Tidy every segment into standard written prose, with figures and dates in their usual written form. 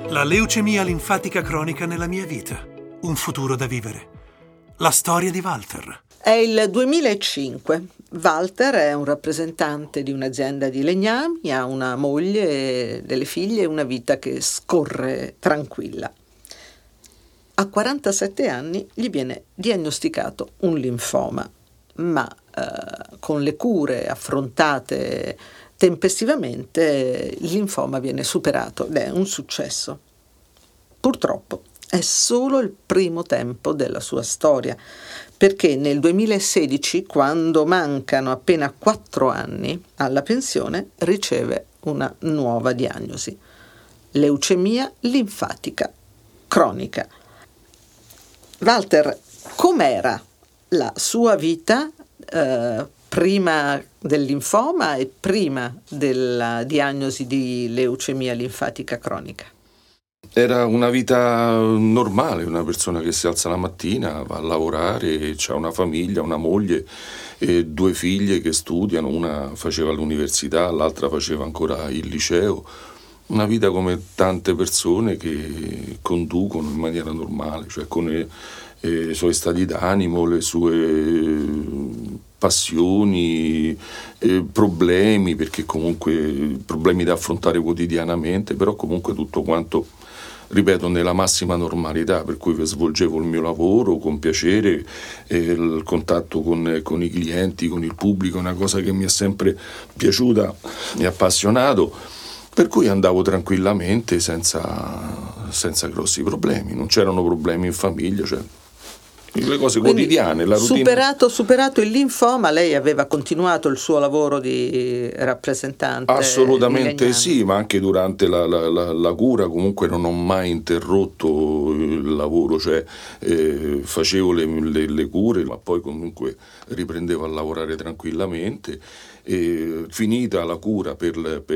La leucemia linfatica cronica nella mia vita. Un futuro da vivere. La storia di Walter. È il 2005. Walter è un rappresentante di un'azienda di legnami, ha una moglie, delle figlie e una vita che scorre tranquilla. A 47 anni gli viene diagnosticato un linfoma, ma con le cure affrontate tempestivamente il linfoma viene superato ed è un successo. Purtroppo è solo il primo tempo della sua storia, perché nel 2016, quando mancano appena 4 anni alla pensione, riceve una nuova diagnosi: leucemia linfatica cronica. Walter, com'era la sua vita prima del linfoma e prima della diagnosi di leucemia linfatica cronica? Era una vita normale, una persona che si alza la mattina, va a lavorare, ha una famiglia, una moglie e 2 figlie che studiano, una faceva l'università, l'altra faceva ancora il liceo. Una vita come tante persone che conducono in maniera normale, cioè con i suoi stati d'animo, le sue passioni, problemi, perché comunque problemi da affrontare quotidianamente, però comunque tutto quanto, ripeto, nella massima normalità, per cui svolgevo il mio lavoro con piacere, il contatto con i clienti, con il pubblico, è una cosa che mi è sempre piaciuta e appassionato, per cui andavo tranquillamente senza grossi problemi, non c'erano problemi in famiglia, cioè le cose quotidiane, la routine. Superato il linfoma, lei aveva continuato il suo lavoro di rappresentante? Assolutamente sì, ma anche durante la cura comunque non ho mai interrotto il lavoro, cioè facevo le cure, ma poi comunque riprendevo a lavorare tranquillamente. E finita la cura per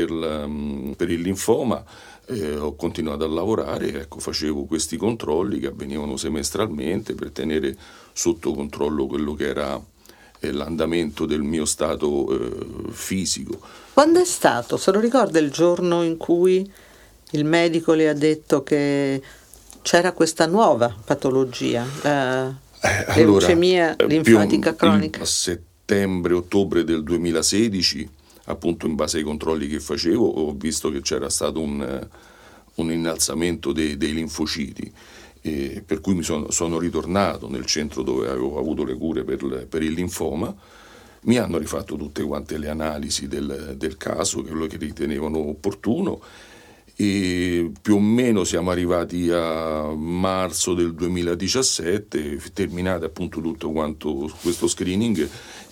il linfoma, ho continuato a lavorare, ecco, facevo questi controlli che avvenivano semestralmente per tenere sotto controllo quello che era l'andamento del mio stato fisico. Quando è stato? Se lo ricorda il giorno in cui il medico le ha detto che c'era questa nuova patologia, leucemia linfatica cronica? A settembre-ottobre del 2016, appunto in base ai controlli che facevo, ho visto che c'era stato un innalzamento dei linfociti, per cui mi sono ritornato nel centro dove avevo avuto le cure per il linfoma. Mi hanno rifatto tutte quante le analisi del caso, quello che ritenevano opportuno, e più o meno siamo arrivati a marzo del 2017, terminate appunto tutto quanto questo screening,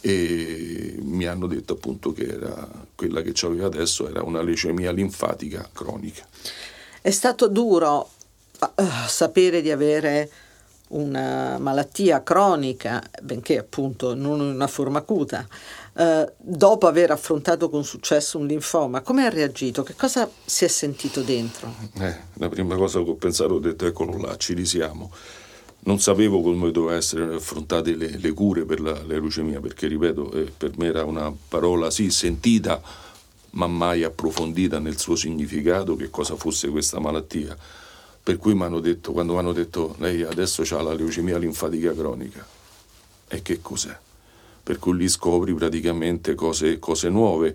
e mi hanno detto appunto che era quella che c'aveva adesso, era una leucemia linfatica cronica. È stato duro sapere di avere una malattia cronica, benché appunto non in una forma acuta, dopo aver affrontato con successo un linfoma. Come ha reagito? Che cosa si è sentito dentro? La prima cosa che ho pensato, ho detto eccolo là, ci risiamo. Non sapevo come dovevano essere affrontate le cure per la leucemia, perché ripeto, per me era una parola sì sentita ma mai approfondita nel suo significato, che cosa fosse questa malattia. Per cui quando mi hanno detto lei adesso ha la leucemia linfatica cronica, e che cos'è? Per cui lì scopri praticamente cose nuove.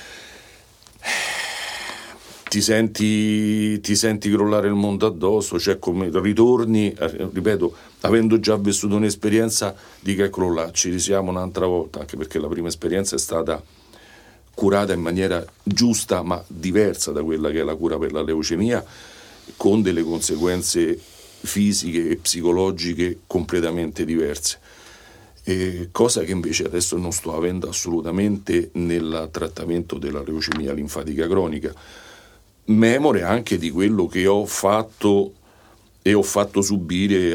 Ti senti crollare il mondo addosso, cioè come ritorni, ripeto, avendo già vissuto un'esperienza di che eccolo là, ci risiamo un'altra volta, anche perché la prima esperienza è stata curata in maniera giusta ma diversa da quella che è la cura per la leucemia, con delle conseguenze fisiche e psicologiche completamente diverse, cosa che invece adesso non sto avendo assolutamente nel trattamento della leucemia linfatica cronica, memore anche di quello che ho fatto e ho fatto subire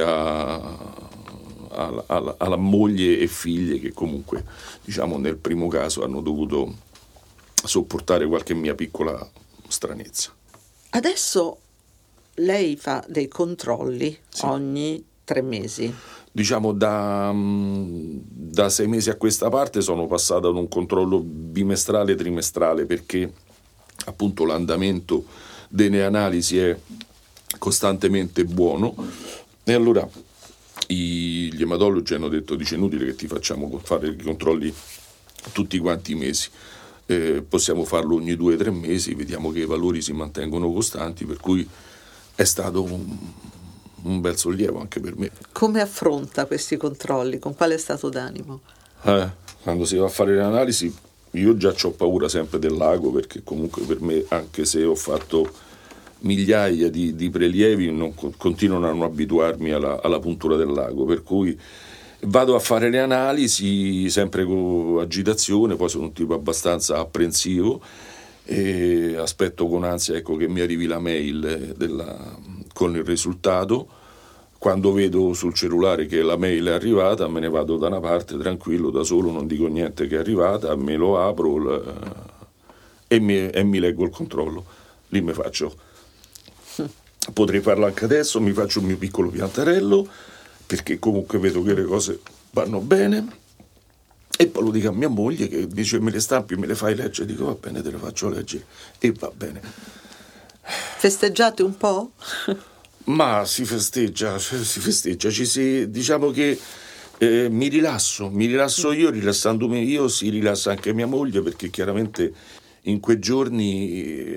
alla moglie e figlie, che comunque diciamo nel primo caso hanno dovuto sopportare qualche mia piccola stranezza. Adesso lei fa dei controlli ogni 3 mesi. Diciamo da 6 mesi a questa parte sono passato ad un controllo bimestrale trimestrale, perché appunto l'andamento delle analisi è costantemente buono, e allora gli ematologi hanno detto: dice, inutile che ti facciamo fare i controlli tutti quanti i mesi, possiamo farlo ogni 2 o 3 mesi, vediamo che i valori si mantengono costanti, per cui è stato un bel sollievo anche per me. Come affronta questi controlli? Con quale stato d'animo? Quando si va a fare le analisi, io già ho paura sempre dell'ago, perché comunque per me, anche se ho fatto migliaia di prelievi, continuano a non abituarmi alla puntura dell'ago, per cui vado a fare le analisi sempre con agitazione. Poi sono un tipo abbastanza apprensivo e aspetto con ansia, ecco, che mi arrivi la mail con il risultato. Quando vedo sul cellulare che la mail è arrivata, me ne vado da una parte tranquillo, da solo, non dico niente che è arrivata, me lo apro e mi leggo il controllo. Lì mi faccio, potrei farlo anche adesso, mi faccio il mio piccolo piantarello, perché comunque vedo che le cose vanno bene, e poi lo dico a mia moglie, che dice: me le stampi, me le fai leggere? Dico: va bene, te le faccio leggere, e va bene. Festeggiate un po'? Ma si festeggia, diciamo che mi rilasso io, rilassandomi io si rilassa anche mia moglie, perché chiaramente in quei giorni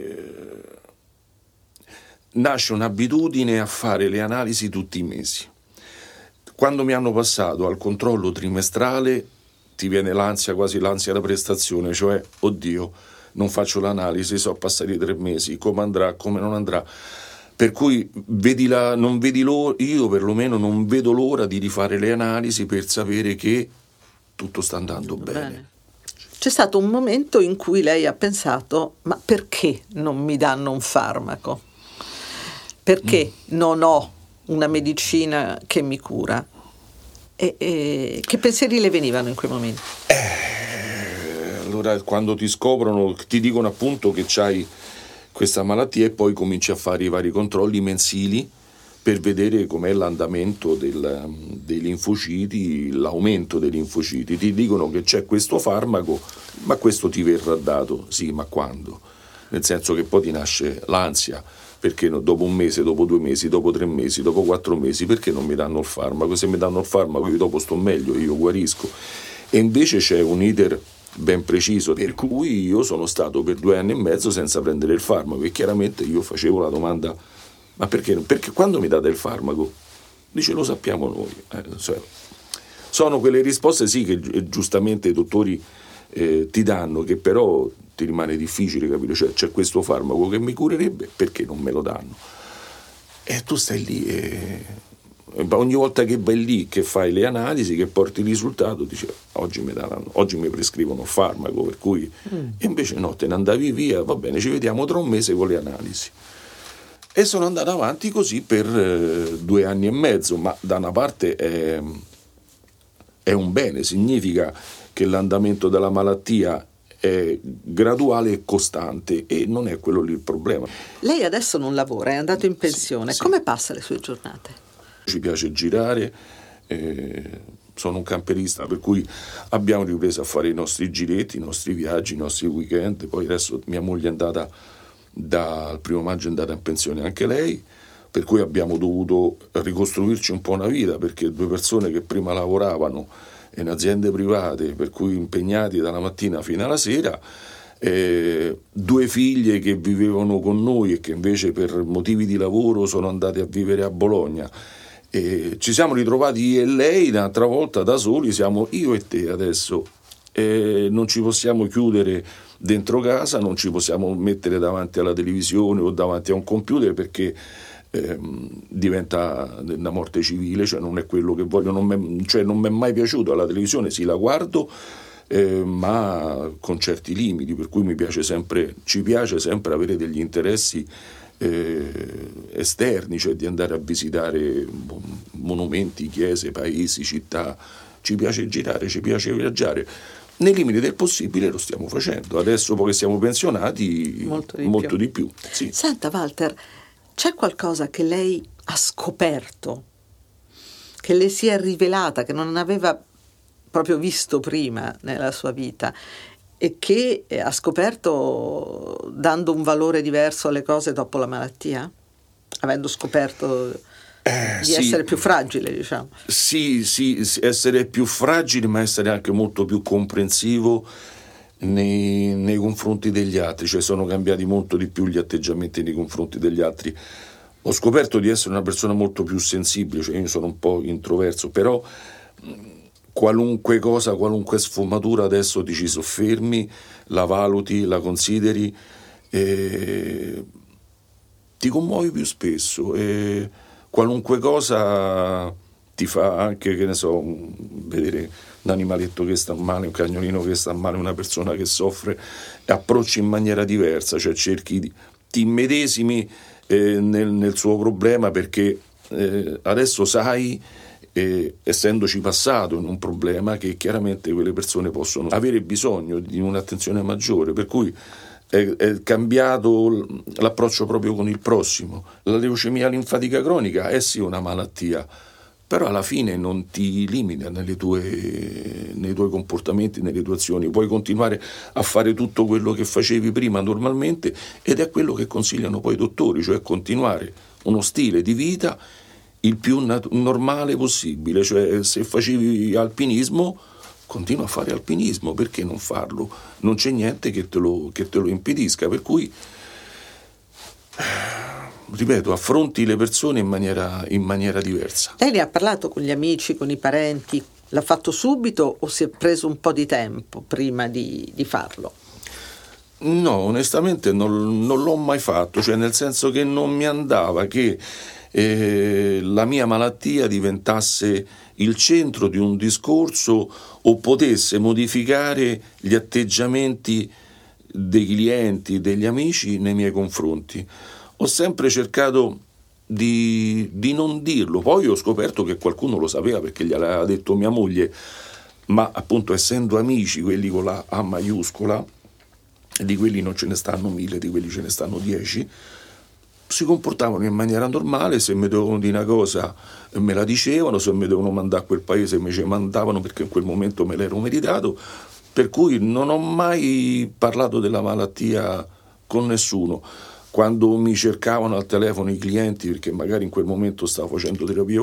nasce un'abitudine a fare le analisi tutti i mesi. Quando mi hanno passato al controllo trimestrale ti viene l'ansia, quasi l'ansia da prestazione, cioè: oddio, non faccio l'analisi, sono passati 3 mesi, come andrà, come non andrà. Per cui io perlomeno non vedo l'ora di rifare le analisi per sapere che tutto sta andando bene. C'è stato un momento in cui lei ha pensato: ma perché non mi danno un farmaco? Perché non ho una medicina che mi cura? E che pensieri le venivano in quei momenti? Allora, quando ti scoprono, ti dicono appunto che c'hai questa malattia, e poi cominci a fare i vari controlli mensili per vedere com'è l'andamento dei linfociti, l'aumento dei linfociti. Ti dicono che c'è questo farmaco, ma questo ti verrà dato. Sì, ma quando? Nel senso che poi ti nasce l'ansia, perché dopo 1 mese, dopo 2 mesi, dopo 3 mesi, dopo 4 mesi, perché non mi danno il farmaco? Se mi danno il farmaco io dopo sto meglio, io guarisco. E invece c'è un iter ben preciso, per cui io sono stato per 2 anni e mezzo senza prendere il farmaco, e chiaramente io facevo la domanda: ma perché quando mi date il farmaco? Dice: lo sappiamo noi. Sono quelle risposte, sì, che giustamente i dottori ti danno, che però ti rimane difficile capire. Cioè, c'è questo farmaco che mi curerebbe, perché non me lo danno? E tu stai lì e ogni volta che vai lì, che fai le analisi, che porti il risultato, dici: oggi mi prescrivono il farmaco, per cui e invece no, te ne andavi via, va bene, ci vediamo tra 1 mese con le analisi. E sono andato avanti così per 2 anni e mezzo, ma da una parte è un bene, significa che l'andamento della malattia è graduale e costante, e non è quello lì il problema. Lei adesso non lavora, è andato in pensione. Sì. Come passa le sue giornate? Ci piace girare, sono un camperista, per cui abbiamo ripreso a fare i nostri giretti, i nostri viaggi, i nostri weekend. Poi adesso mia moglie è andata, dal 1° maggio è andata in pensione anche lei, per cui abbiamo dovuto ricostruirci un po' una vita, perché 2 persone che prima lavoravano in aziende private, per cui impegnati dalla mattina fino alla sera, 2 figlie che vivevano con noi e che invece per motivi di lavoro sono andate a vivere a Bologna. Ci siamo ritrovati io e lei un'altra volta da soli, siamo io e te adesso, non ci possiamo chiudere dentro casa, non ci possiamo mettere davanti alla televisione o davanti a un computer, perché diventa una morte civile, cioè non è quello che voglio, non mi è mai piaciuto. Alla televisione sì, la guardo, ma con certi limiti, per cui ci piace sempre avere degli interessi esterni, cioè di andare a visitare monumenti, chiese, paesi, città. Ci piace girare, ci piace viaggiare. Nei limiti del possibile lo stiamo facendo. Adesso poi che siamo pensionati, molto di più. Sì. Senta Walter, c'è qualcosa che lei ha scoperto, che le si è rivelata, che non aveva proprio visto prima nella sua vita, e che ha scoperto dando un valore diverso alle cose dopo la malattia? avendo scoperto di essere più fragile, diciamo. Sì, essere più fragile, ma essere anche molto più comprensivo nei confronti degli altri, cioè sono cambiati molto di più gli atteggiamenti nei confronti degli altri. Ho scoperto di essere una persona molto più sensibile, cioè io sono un po' introverso, però qualunque cosa, qualunque sfumatura adesso ti ci soffermi, la valuti, la consideri, ti commuovi più spesso e qualunque cosa ti fa anche, che ne so, vedere un animaletto che sta male, un cagnolino che sta male, una persona che soffre, approcci in maniera diversa, cioè ti immedesimi nel suo problema, perché adesso sai, essendoci passato in un problema, che chiaramente quelle persone possono avere bisogno di un'attenzione maggiore, per cui è cambiato l'approccio proprio con il prossimo. La leucemia linfatica cronica è sì una malattia, però alla fine non ti limita nei tuoi comportamenti, nelle tue azioni. Puoi continuare a fare tutto quello che facevi prima normalmente, ed è quello che consigliano poi i dottori, cioè continuare uno stile di vita il più normale possibile. Cioè, se facevi alpinismo, continua a fare alpinismo, perché non farlo? Non c'è niente che te lo impedisca, per cui, ripeto, affronti le persone in maniera diversa. Lei ne ha parlato con gli amici, con i parenti? L'ha fatto subito o si è preso un po' di tempo prima di farlo? No, onestamente non l'ho mai fatto, cioè nel senso che non mi andava che la mia malattia diventasse il centro di un discorso o potesse modificare gli atteggiamenti dei clienti, degli amici nei miei confronti. Ho sempre cercato di non dirlo. Poi ho scoperto che qualcuno lo sapeva, perché gliel'aveva detto mia moglie, ma appunto essendo amici, quelli con la A maiuscola, di quelli non ce ne stanno 1000, di quelli ce ne stanno 10, si comportavano in maniera normale. Se mi dovevano dire una cosa me la dicevano, se mi dovevano mandare a quel paese me ce mandavano, perché in quel momento me l'ero meritato, per cui non ho mai parlato della malattia con nessuno. Quando mi cercavano al telefono i clienti, perché magari in quel momento stavo facendo terapia,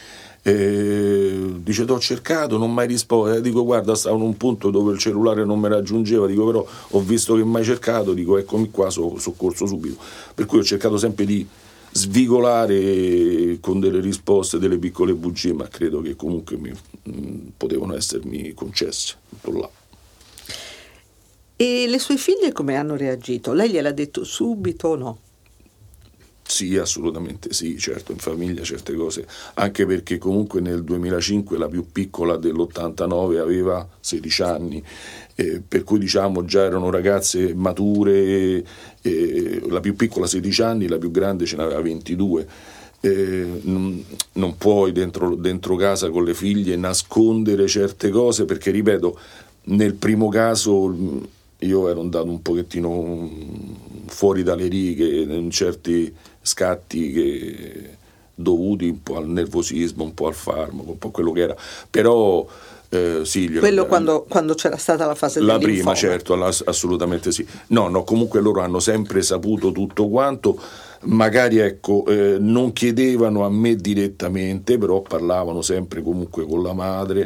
dice t'ho cercato, non mai risposto, dico guarda, stavo in un punto dove il cellulare non mi raggiungeva, dico però ho visto che mi hai cercato, dico eccomi qua, soccorso subito. Per cui ho cercato sempre di svigolare con delle risposte, delle piccole bugie, ma credo che comunque potevano essermi concesse, tutto là. E le sue figlie come hanno reagito? Lei gliel'ha detto subito o no? Sì, assolutamente sì, certo, in famiglia certe cose, anche perché comunque nel 2005 la più piccola dell'89 aveva 16 anni, per cui diciamo già erano ragazze mature, la più piccola 16 anni, la più grande ce n'aveva 22. Non puoi dentro casa con le figlie nascondere certe cose, perché ripeto, nel primo caso io ero andato un pochettino fuori dalle righe in certi scatti dovuti un po' al nervosismo, un po' al farmaco, un po' quello che era, però sì, quello quando c'era stata la fase la dell'infoma. prima, certo, assolutamente sì. No, comunque loro hanno sempre saputo tutto quanto, magari ecco, non chiedevano a me direttamente, però parlavano sempre comunque con la madre,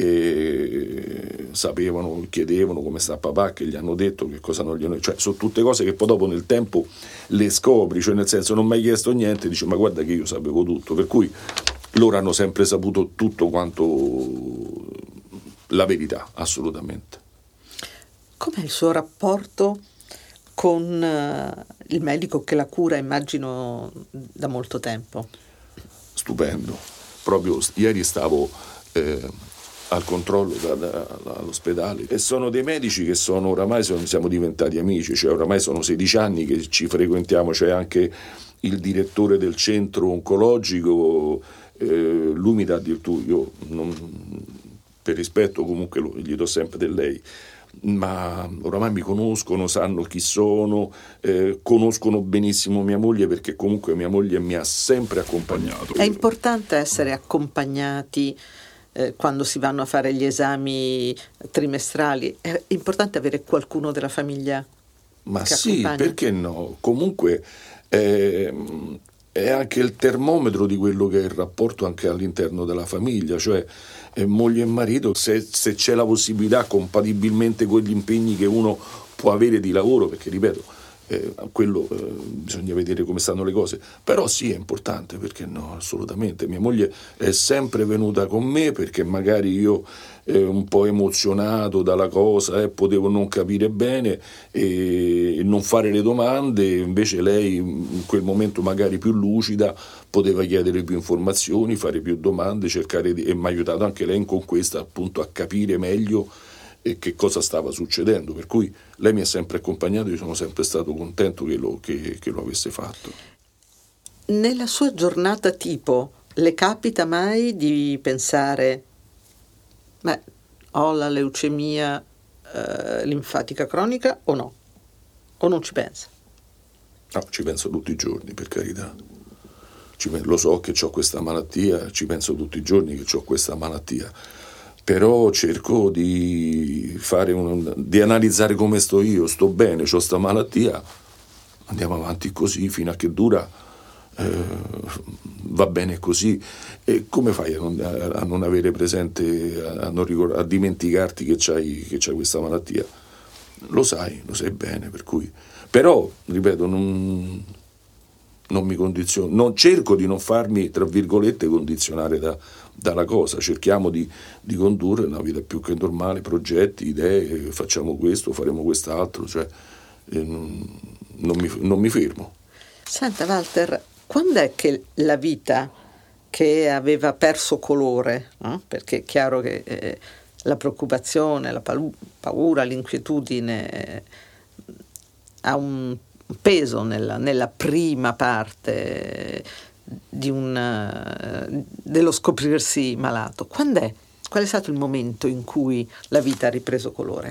sapevano, chiedevano come sta papà, che gli hanno detto, che cosa non gli hanno, cioè sono tutte cose che poi dopo nel tempo le scopri, cioè nel senso non mi hai chiesto niente, dice ma guarda che io sapevo tutto, per cui loro hanno sempre saputo tutto quanto, la verità, assolutamente. Com'è il suo rapporto con il medico che la cura, immagino, da molto tempo? Stupendo, proprio ieri stavo al controllo all'ospedale, e sono dei medici che oramai siamo diventati amici, cioè oramai sono 16 anni che ci frequentiamo, c'è anche il direttore del centro oncologico, lui mi dà addirittura, io per rispetto comunque gli do sempre del lei, ma oramai mi conoscono, sanno chi sono, conoscono benissimo mia moglie, perché comunque mia moglie mi ha sempre accompagnato. È importante essere accompagnati quando si vanno a fare gli esami trimestrali, è importante avere qualcuno della famiglia ma che sì, accompagna. perché no? Comunque è anche il termometro di quello che è il rapporto anche all'interno della famiglia, cioè moglie e marito, se c'è la possibilità, compatibilmente con gli impegni che uno può avere di lavoro, perché ripeto, quello bisogna vedere come stanno le cose, però sì, è importante, perché no, assolutamente. Mia moglie è sempre venuta con me, perché magari io un po' emozionato dalla cosa, potevo non capire bene e non fare le domande, invece lei in quel momento magari più lucida poteva chiedere più informazioni, fare più domande, cercare e mi ha aiutato anche lei con questa, appunto, a capire meglio che cosa stava succedendo, per cui lei mi ha sempre accompagnato, io sono sempre stato contento che lo avesse fatto. Nella sua giornata tipo le capita mai di pensare: beh, ho la leucemia linfatica cronica o no? O non ci pensa? No, ci penso tutti i giorni, per carità. Lo so che ho questa malattia, ci penso tutti i giorni che ho questa malattia, però cerco di di analizzare come sto io, sto bene, ho sta malattia, andiamo avanti così fino a che dura, va bene così. E come fai a non avere presente, a dimenticarti che c'hai questa malattia? Lo sai bene, per cui. Però, ripeto, non mi condiziono, non cerco di non farmi, tra virgolette, condizionare dalla cosa. Cerchiamo di condurre una vita più che normale, progetti, idee, facciamo questo, faremo quest'altro, cioè non mi fermo. Senta Walter, quando è che la vita, che aveva perso colore, perché è chiaro che la preoccupazione, la paura, l'inquietudine ha un peso nella prima parte dello scoprirsi malato. Qual è stato il momento in cui la vita ha ripreso colore?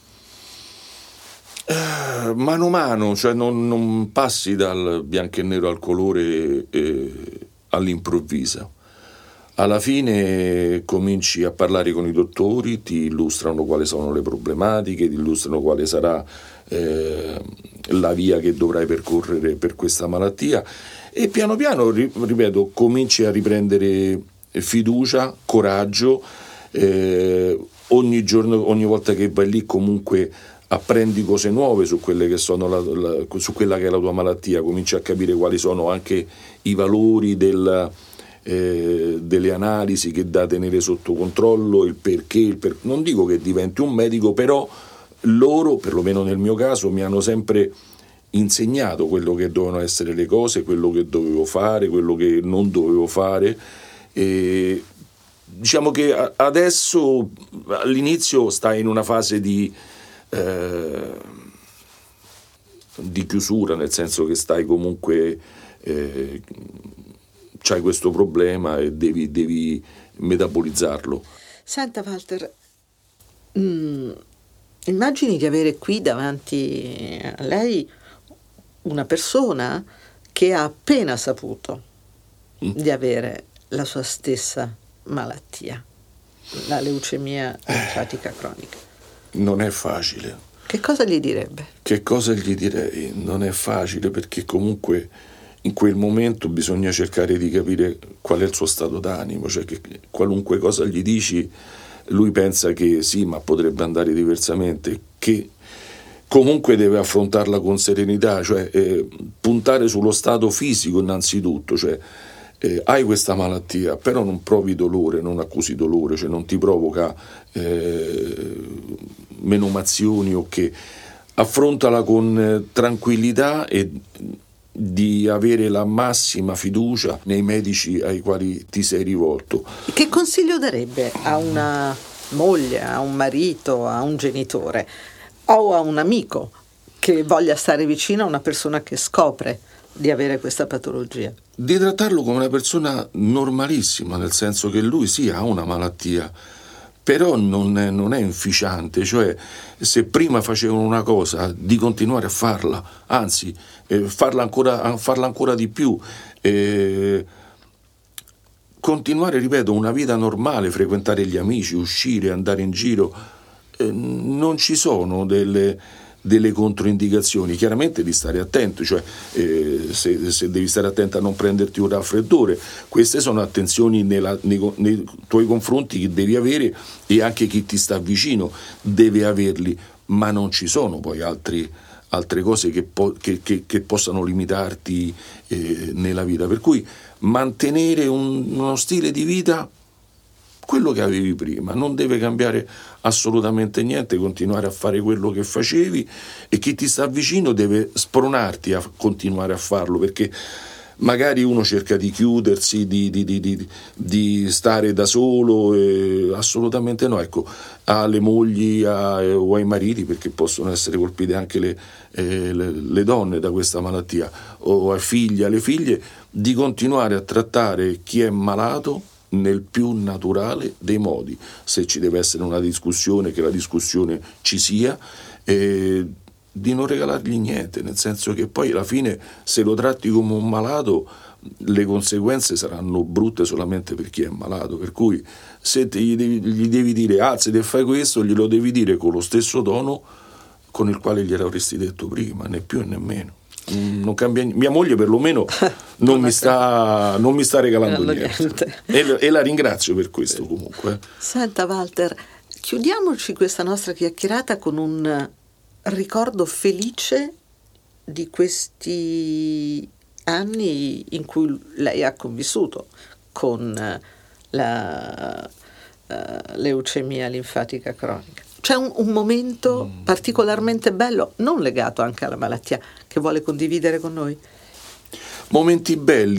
Mano a mano, cioè non passi dal bianco e nero al colore all'improvviso. Alla fine cominci a parlare con i dottori, ti illustrano quali sono le problematiche, ti illustrano quale sarà la via che dovrai percorrere per questa malattia, e piano piano, ripeto, cominci a riprendere fiducia, coraggio, ogni giorno, ogni volta che vai lì comunque apprendi cose nuove su quelle che sono su quella che è la tua malattia, cominci a capire quali sono anche i valori delle analisi che da tenere sotto controllo, il perché, non dico che diventi un medico, però loro, perlomeno nel mio caso, mi hanno sempre insegnato quello che dovevano essere le cose, quello che dovevo fare, quello che non dovevo fare, e diciamo che adesso all'inizio stai in una fase di chiusura, nel senso che stai comunque c'hai questo problema e devi metabolizzarlo. Senta Walter, immagini di avere qui davanti a lei una persona che ha appena saputo di avere la sua stessa malattia, la leucemia linfatica cronica. Non è facile. Che cosa gli direbbe? Che cosa gli direi? Non è facile, perché comunque in quel momento bisogna cercare di capire qual è il suo stato d'animo, cioè che qualunque cosa gli dici lui pensa che sì, ma potrebbe andare diversamente, che comunque deve affrontarla con serenità, cioè puntare sullo stato fisico innanzitutto, cioè hai questa malattia, però non provi dolore, non accusi dolore, cioè non ti provoca menomazioni o che, affrontala con tranquillità e di avere la massima fiducia nei medici ai quali ti sei rivolto. Che consiglio darebbe a una moglie, a un marito, a un genitore o a un amico che voglia stare vicino a una persona che scopre di avere questa patologia? Di trattarlo come una persona normalissima, nel senso che lui sì ha una malattia, però non è inficiante, cioè se prima facevano una cosa, di continuare a farla, anzi farla ancora di più, continuare, ripeto, una vita normale, frequentare gli amici, uscire, andare in giro. Non ci sono delle delle controindicazioni, chiaramente di stare attento, cioè se devi stare attento a non prenderti un raffreddore, queste sono attenzioni nei tuoi confronti che devi avere, e anche chi ti sta vicino deve averli, ma non ci sono poi altre cose che possano limitarti nella vita, per cui mantenere uno stile di vita quello che avevi prima, non deve cambiare assolutamente niente, continuare a fare quello che facevi, e chi ti sta vicino deve spronarti a continuare a farlo, perché magari uno cerca di chiudersi, di stare da solo, assolutamente no, ecco, alle mogli o ai mariti, perché possono essere colpite anche le donne da questa malattia, o ai figli, alle figlie, di continuare a trattare chi è malato nel più naturale dei modi. Se ci deve essere una discussione, che la discussione ci sia, di non regalargli niente, nel senso che poi alla fine, se lo tratti come un malato, le conseguenze saranno brutte solamente per chi è malato, per cui se gli devi dire alzati e fai questo, glielo devi dire con lo stesso tono con il quale gliel'avresti detto prima, né più né meno. Non cambia, mia moglie perlomeno non mi sta regalando niente. E la ringrazio per questo comunque. Senta Walter, chiudiamoci questa nostra chiacchierata con un ricordo felice di questi anni in cui lei ha convissuto con la leucemia linfatica cronica. C'è un momento particolarmente bello, non legato anche alla malattia, che vuole condividere con noi? Momenti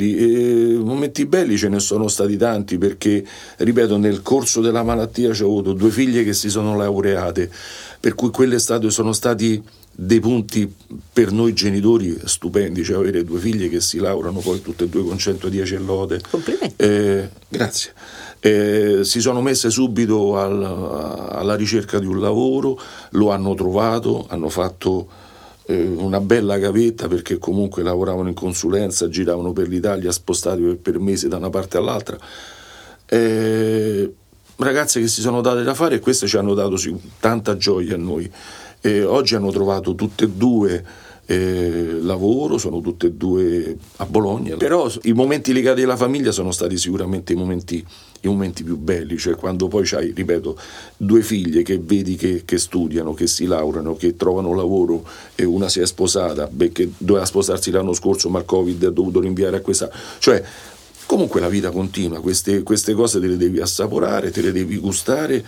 belli ce ne sono stati tanti, perché, ripeto, nel corso della malattia ho avuto 2 figlie che si sono laureate, per cui sono stati dei punti per noi genitori stupendi, cioè avere 2 figlie che si laureano poi tutte e 2 con 110 e lode. Complimenti. Grazie. Si sono messe subito alla ricerca di un lavoro, lo hanno trovato, hanno fatto una bella gavetta, perché comunque lavoravano in consulenza, giravano per l'Italia, spostati per mesi da una parte all'altra, ragazze che si sono date da fare, e queste ci hanno dato tanta gioia a noi. Oggi hanno trovato tutte e 2 lavoro, sono tutte e 2 a Bologna, però i momenti legati alla famiglia sono stati sicuramente i momenti più belli, cioè quando poi c'hai, ripeto, 2 figlie che vedi che studiano, che si laureano, che trovano lavoro, e una si è sposata, che doveva sposarsi l'anno scorso ma il Covid ha dovuto rinviare a questa, cioè comunque la vita continua, queste cose te le devi assaporare, te le devi gustare,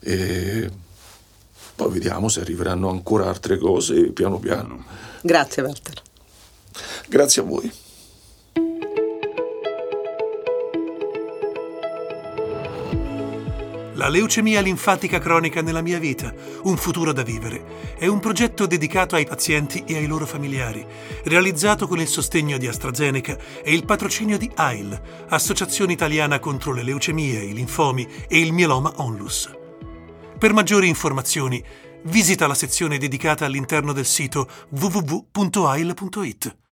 poi vediamo se arriveranno ancora altre cose piano piano. Grazie Walter. Grazie a voi. La leucemia linfatica cronica nella mia vita, un futuro da vivere, è un progetto dedicato ai pazienti e ai loro familiari, realizzato con il sostegno di AstraZeneca e il patrocinio di AIL, Associazione Italiana contro le leucemie, i linfomi e il mieloma onlus. Per maggiori informazioni, visita la sezione dedicata all'interno del sito www.ail.it.